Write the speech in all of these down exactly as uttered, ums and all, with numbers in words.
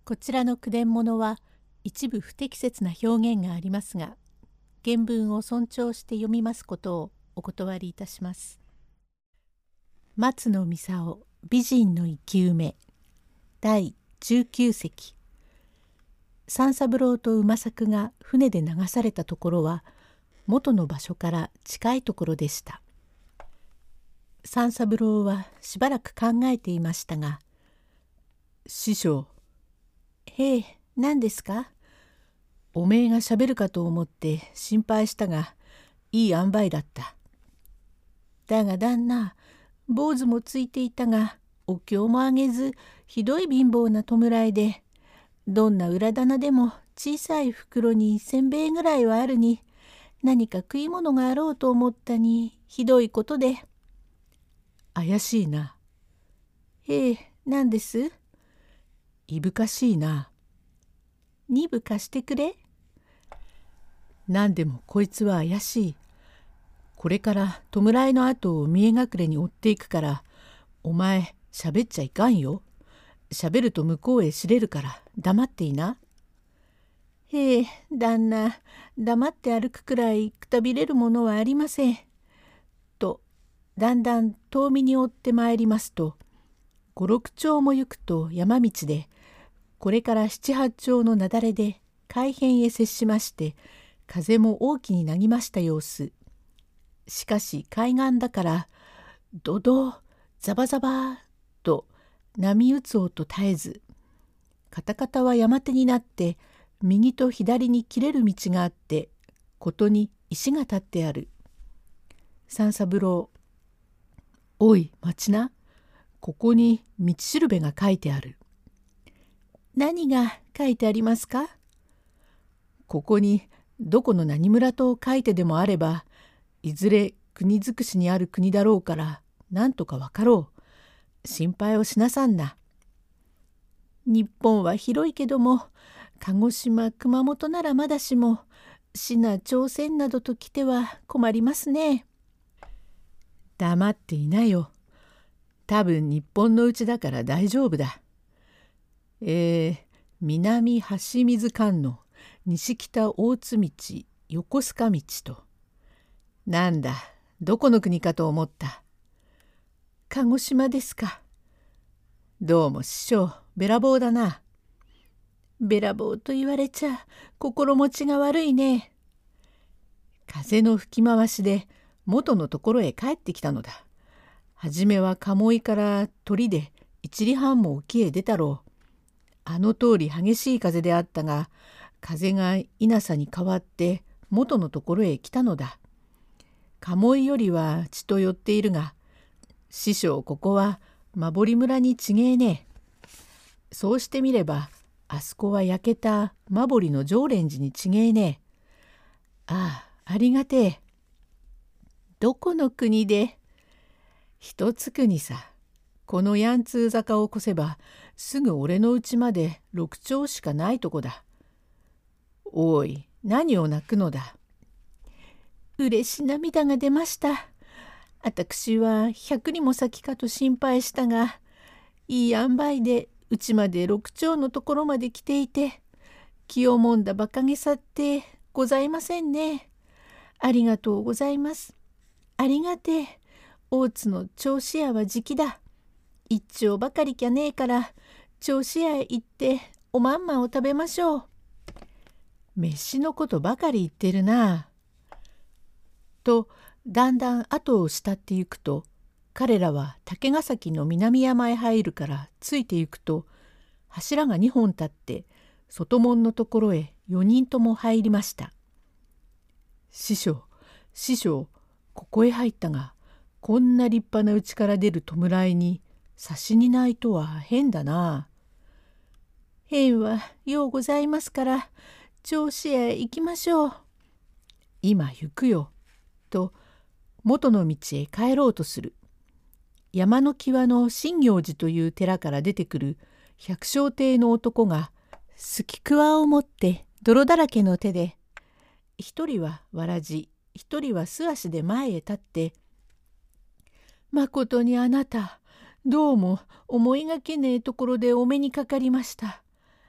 こちらの句伝物は一部不適切な表現がありますが、原文を尊重して読みますことをお断りいたします。松野美沙美人の生き埋めだいじゅうきゅうせき。三三郎と馬作が船で流されたところは元の場所から近いところでした。三三郎はしばらく考えていましたが、師匠。へえ、何ですか。 おめえがしゃべるかと思って心配したが、いい塩梅だった。 だが旦那、坊主もついていたが、お経もあげず、ひどい貧乏な弔いで、どんな裏棚でも小さい袋にせんべいぐらいはあるに、何か食い物があろうと思ったに、ひどいことで。 怪しいな。 へえ、何です？ いぶかしいな。 二部貸してくれ。 何でもこいつは怪しい。これから弔いの後を見え隠れに追っていくから、お前しゃべっちゃいかんよ。しゃべると向こうへ知れるから黙っていな。 へえ、旦那、黙って歩くくらいくたびれるものはありません。と、だんだん遠見に追ってまいりますと、五六丁も行くと山道で、これから七八丁の雪崩で海辺へ接しまして、風も大きになぎました様子。しかし海岸だから、ドドザバザバと波打つ音絶えず、カタカタは山手になって、右と左に切れる道があって、ことに石が立ってある。三三郎。 おい、待ちな。ここに道しるべが書いてある。 何が書いてありますか？ ここにどこの何村と書いてでもあれば、いずれ国尽くしにある国だろうから、なんとかわかろう。心配をしなさんな。 日本は広いけども、鹿児島、熊本ならまだしも、滋賀、朝鮮などと来ては困りますね。 黙っていなよ。多分日本のうちだから大丈夫だ。えー、南橋水関の西北大津道、横須賀道と。なんだ、どこの国かと思った。 鹿児島ですか。 どうも師匠、べらぼうだな。 べらぼうと言われちゃ心持ちが悪いね。 風の吹き回しで元のところへ帰ってきたのだ。はじめは鴨居から鳥で一里半も沖へ出たろう。あの通り激しい風であったが、風が稲佐に変わって元のところへ来たのだ。鴨居よりは血と寄っているが、師匠ここは馬堀村に違えねえ。そうしてみれば、あそこは焼けた馬堀の常蓮寺に違えねえ。ああ、ありがてえ。 どこの国で？ 一つ国さ。この八通坂を越せば、すぐ俺の家まで六丁しかないとこだ。おい、何を泣くのだ。 うれし涙が出ました。私は百里も先かと心配したが、いい塩梅でうちまで六丁のところまで来ていて、気をもんだ馬鹿げさってございませんね。ありがとうございます。ありがてえ。大津の銚子屋はじきだ。一丁ばかりきゃねえから、銚子屋へ行っておまんまを食べましょう。 飯のことばかり言ってるな。と、だんだん後を慕ってゆくと、彼らは竹ヶ崎の南山へ入るからついてゆくと、柱が二本立って外門のところへ四人とも入りました。師匠、師匠、ここへ入ったが、こんな立派なうちから出る弔いに差しにないとは変だな。 変はようございますから、銚子へ行きましょう。 今行くよ。と、元の道へ帰ろうとする。山の際の真行寺という寺から出てくる百姓亭の男が、 すきくわを持って泥だらけの手で、一人はわらじ、一人は素足で前へ立って、まことにあなた、どうも思いがけねえところでお目にかかりました。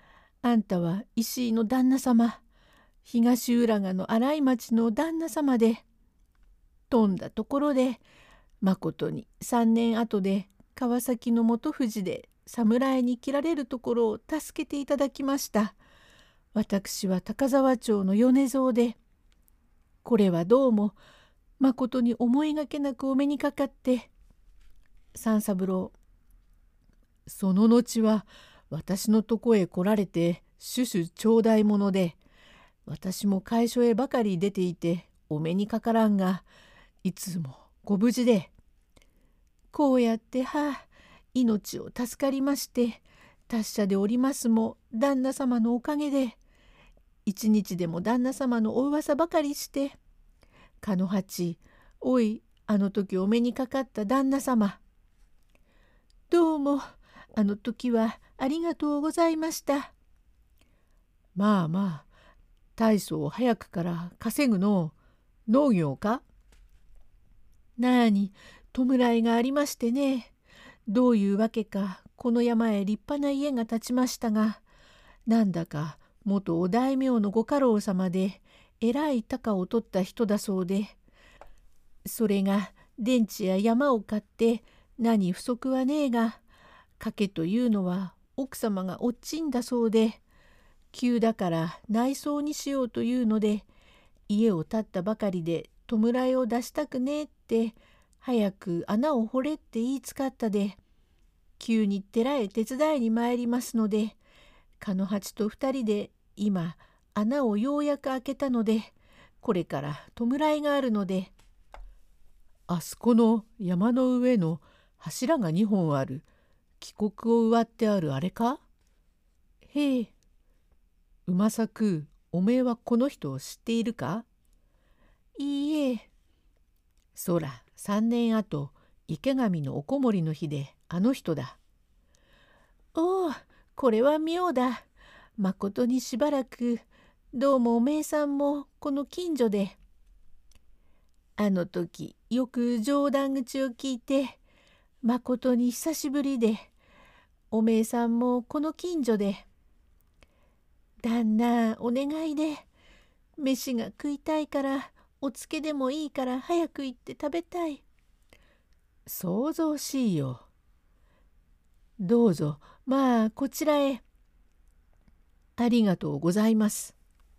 あんたは石井の旦那様、東浦賀の新井町の旦那様で、飛んだところでまことに三年後で川崎の元富で侍に切られるところを助けていただきました。私は高沢町の米蔵で、これはどうもまことに思いがけなくお目にかかって。三三郎、 その後は私のとこへ来られて種々頂戴物で、私も会所へばかり出ていてお目にかからんが、いつもご無事で。 こうやってはあ、命を助かりまして、達者でおりますも旦那様のおかげで、一日でも旦那様のお噂ばかりして、かの八、おい、あの時お目にかかった旦那様、どうもあの時はありがとうございました。 まあまあ、大層早くから稼ぐの農業か。 なあに弔いがありましてね、どういうわけかこの山へ立派な家が建ちましたが、なんだか元お大名のご家老様でえらい高を取った人だそうで、それが田地や山を買って何不足はねえが、賭けというのは奥様がおっちんだそうで、急だから内装にしようというので、家を建ったばかりで弔いを出したくねえって早く穴を掘れって言いつかったで、急に寺へ手伝いに参りますので、かの八と二人で今穴をようやく開けたので、これから弔いがあるので。 あそこの山の上の柱が二本ある帰国を植わってあるあれか。 へえ。 馬作、おめえはこの人を知っているか。 いいえ。 そら三年あと池上のおこもりの日であの人だ。 おお、これは妙だ。まことにしばらくどうもおめえさんもこの近所で。あの時よく冗談口を聞いて、まことに久しぶりで、おめえさんもこの近所で。旦那お願いで、飯が食いたいから、おつけでもいいから早く行って食べたい。 想像しいよ。 どうぞまあこちらへ。 ありがとうございます。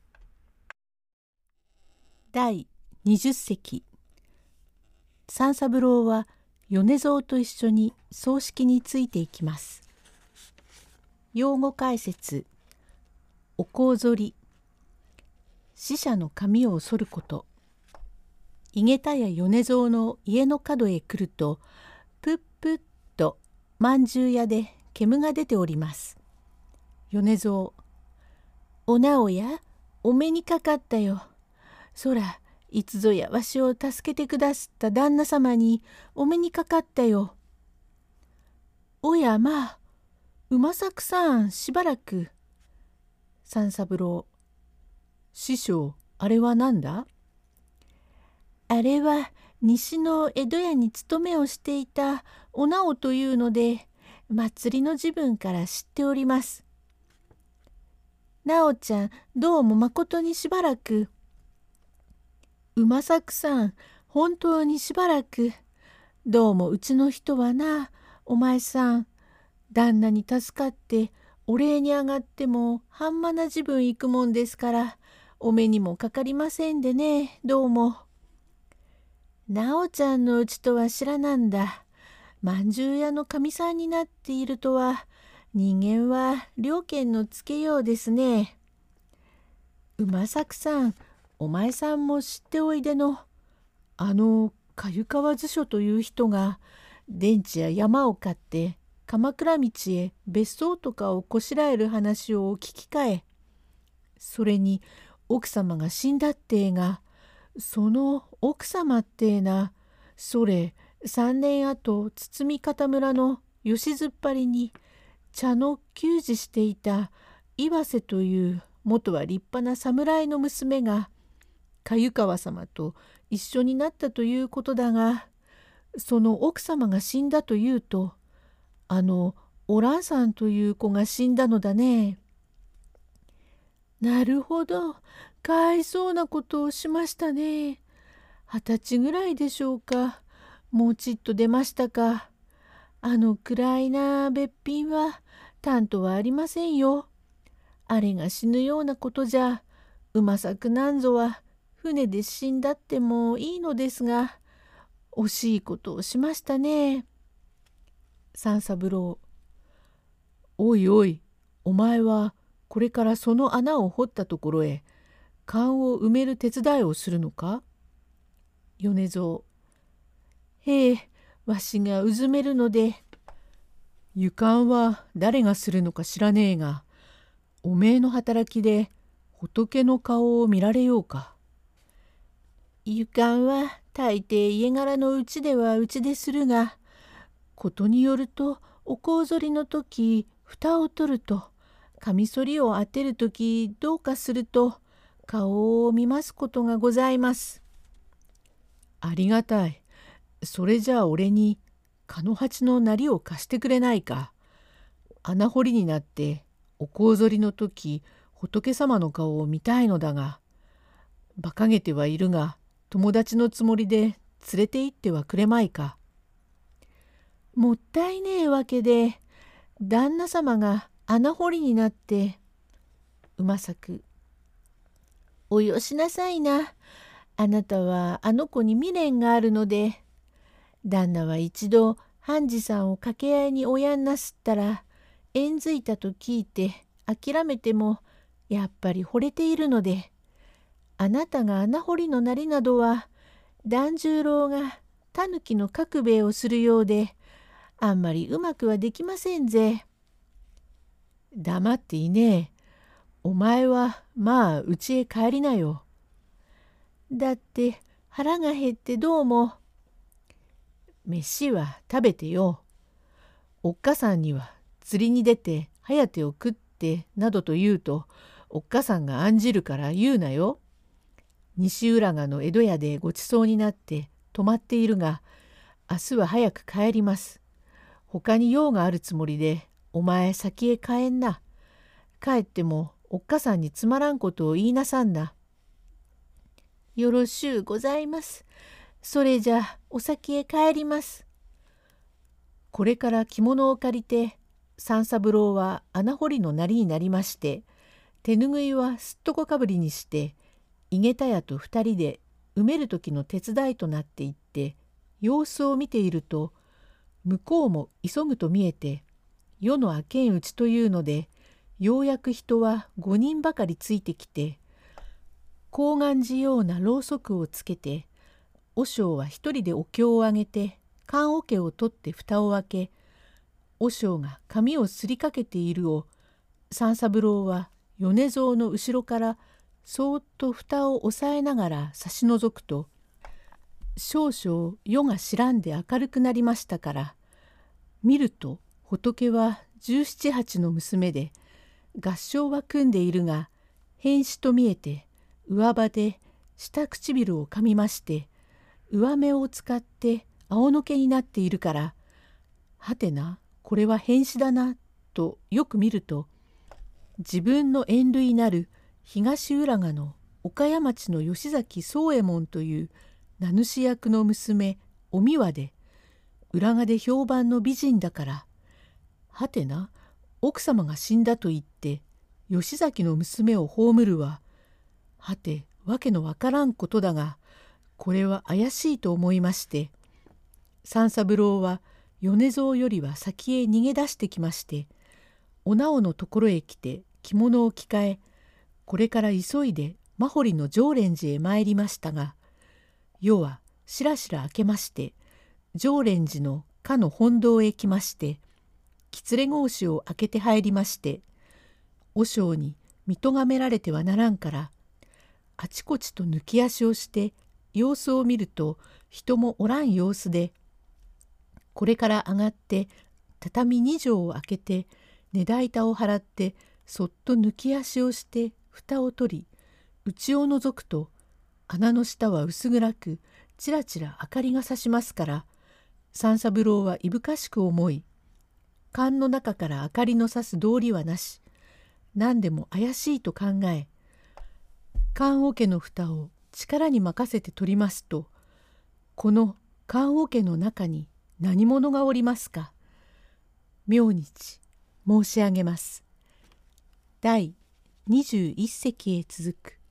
第二十席。三三郎は米蔵と一緒に葬式についていきます。用語解説。お香剃り。死者の髪を剃ること。井桁や米蔵の家の角へ来ると、ぷっぷっとまんじゅう屋で煙が出ております。米蔵。お直や、お目にかかったよ。そら、いつぞやわしを助けてくだすった旦那様にお目にかかったよ。おやまあ、馬作さんしばらく。三三郎。 師匠、あれは何だ。 あれは西の江戸屋に勤めをしていたお直というので、祭りの時分から知っております。直ちゃん、どうもまことにしばらく。馬作さん、本当にしばらく。どうもうちの人はな、お前さん、旦那に助かってお礼に上がっても半間な時分行くもんですから、お目にもかかりませんでね、どうも。なおちゃんのうちとは知らなんだ。まんじゅう屋のかみさんになっているとは、人間は了見のつけようですね。馬作さん、お前さんも知っておいでの。あの鮎川図書という人が田地や山を買って鎌倉道へ別荘とかをこしらえる話をお聞きかえ。それに奥様が死んだってえが、その奥様ってえな、それ三年あと堤方村の吉ずっぱりに茶の給仕していた岩瀬という元は立派な侍の娘が鮎川様と一緒になったということだが、その奥様が死んだというと、あのお蘭さんという子が死んだのだね。 なるほど、かわいそうなことをしましたね。二十歳ぐらいでしょうか。もうちっと出ましたか。あの暗いなべっぴんは担当はありませんよ。あれが死ぬようなことじゃ、馬作なんぞは船で死んだってもいいのですが、惜しいことをしましたね。 三三郎。おいおい、お前はこれからその穴を掘ったところへ棺を埋める手伝いをするのか。 米蔵。へえ、わしがうずめるので。 湯棺は誰がするのか知らねえが、おめえの働きで仏の顔を見られようか。 湯棺は大抵家柄のうちではうちでするが、ことによるとお香剃りの時蓋を取ると、カミソリを当てる時どうかすると顔を見ますことがございます。 ありがたい。それじゃあ俺に蚊の鉢のなりを貸してくれないか。穴掘りになってお香剃りの時仏様の顔を見たいのだが、馬鹿げてはいるが友達のつもりで連れて行ってはくれまいか。 もったいねえわけで、旦那様が穴掘りになって。馬作。およしなさいな。あなたはあの子に未練があるので。旦那は一度半次さんを掛け合いに親んなすったら、縁づいたと聞いて諦めてもやっぱり惚れているので、あなたが穴掘りのなりなどは團十郎がタヌキの角兵衛をするようで、あんまりうまくはできませんぜ。 黙っていねえ。お前はまあ家へ帰りなよ。 だって腹が減ってどうも。 飯は食べてよ。おっかさんには釣りに出て早手を食ってなどと言うと、おっかさんが案じるから言うなよ。西浦賀の江戸屋でごちそうになって泊まっているが、明日は早く帰ります。他に用があるつもりでお前先へ帰んな。帰ってもおっかさんにつまらんことを言いなさんな。 よろしゅうございます。それじゃお先へ帰ります。 これから着物を借りて三三郎は穴掘りのなりになりまして、手ぬぐいはすっとこかぶりにして井桁屋と二人で埋める時の手伝いとなっていって様子を見ていると、向こうも急ぐと見えて夜の明けんうちというので、ようやく人は五人ばかりついてきて、高願寺ようなろうそくをつけて、和尚は一人でお経をあげて棺桶を取って蓋を開け、和尚が髪をすりかけているを三三郎は米蔵の後ろからそーっと蓋を押さえながら差し覗くと、少々夜が白んで明るくなりましたから、見ると仏は十七八の娘で、合唱は組んでいるが変死と見えて、上歯で下唇を噛みまして、上目を使って仰のけになっているから、はてな、これは変死だなとよく見ると、自分の縁類なる東浦賀の岡谷町の吉崎宗右衛門という名主役の娘お美和で、浦賀で評判の美人だから、はてな、奥様が死んだと言って吉崎の娘を葬るは、はてわけのわからんことだが、これは怪しいと思いまして、三三郎は米蔵よりは先へ逃げ出してきまして、お直のところへ来て着物を着替え、これから急いで真堀の常蓮寺へ参りましたが、夜はしらしら明けまして、常蓮寺のかの本堂へ来まして、狐格子を開けて入りまして、和尚に見とがめられてはならんから、あちこちと抜き足をして様子を見ると人もおらん様子で、これから上がって畳二畳を開けて根台板を払ってそっと抜き足をして蓋を取り、内を覗くと穴の下は薄暗くちらちら明かりがさしますから、三三郎はいぶかしく思い、棺の中から明かりのさす道理はなし、何でも怪しいと考え、 棺桶の蓋を力に任せて取りますと、この棺桶の中に何者がおりますか。明日申し上げます。第にじゅういっ席へ続く。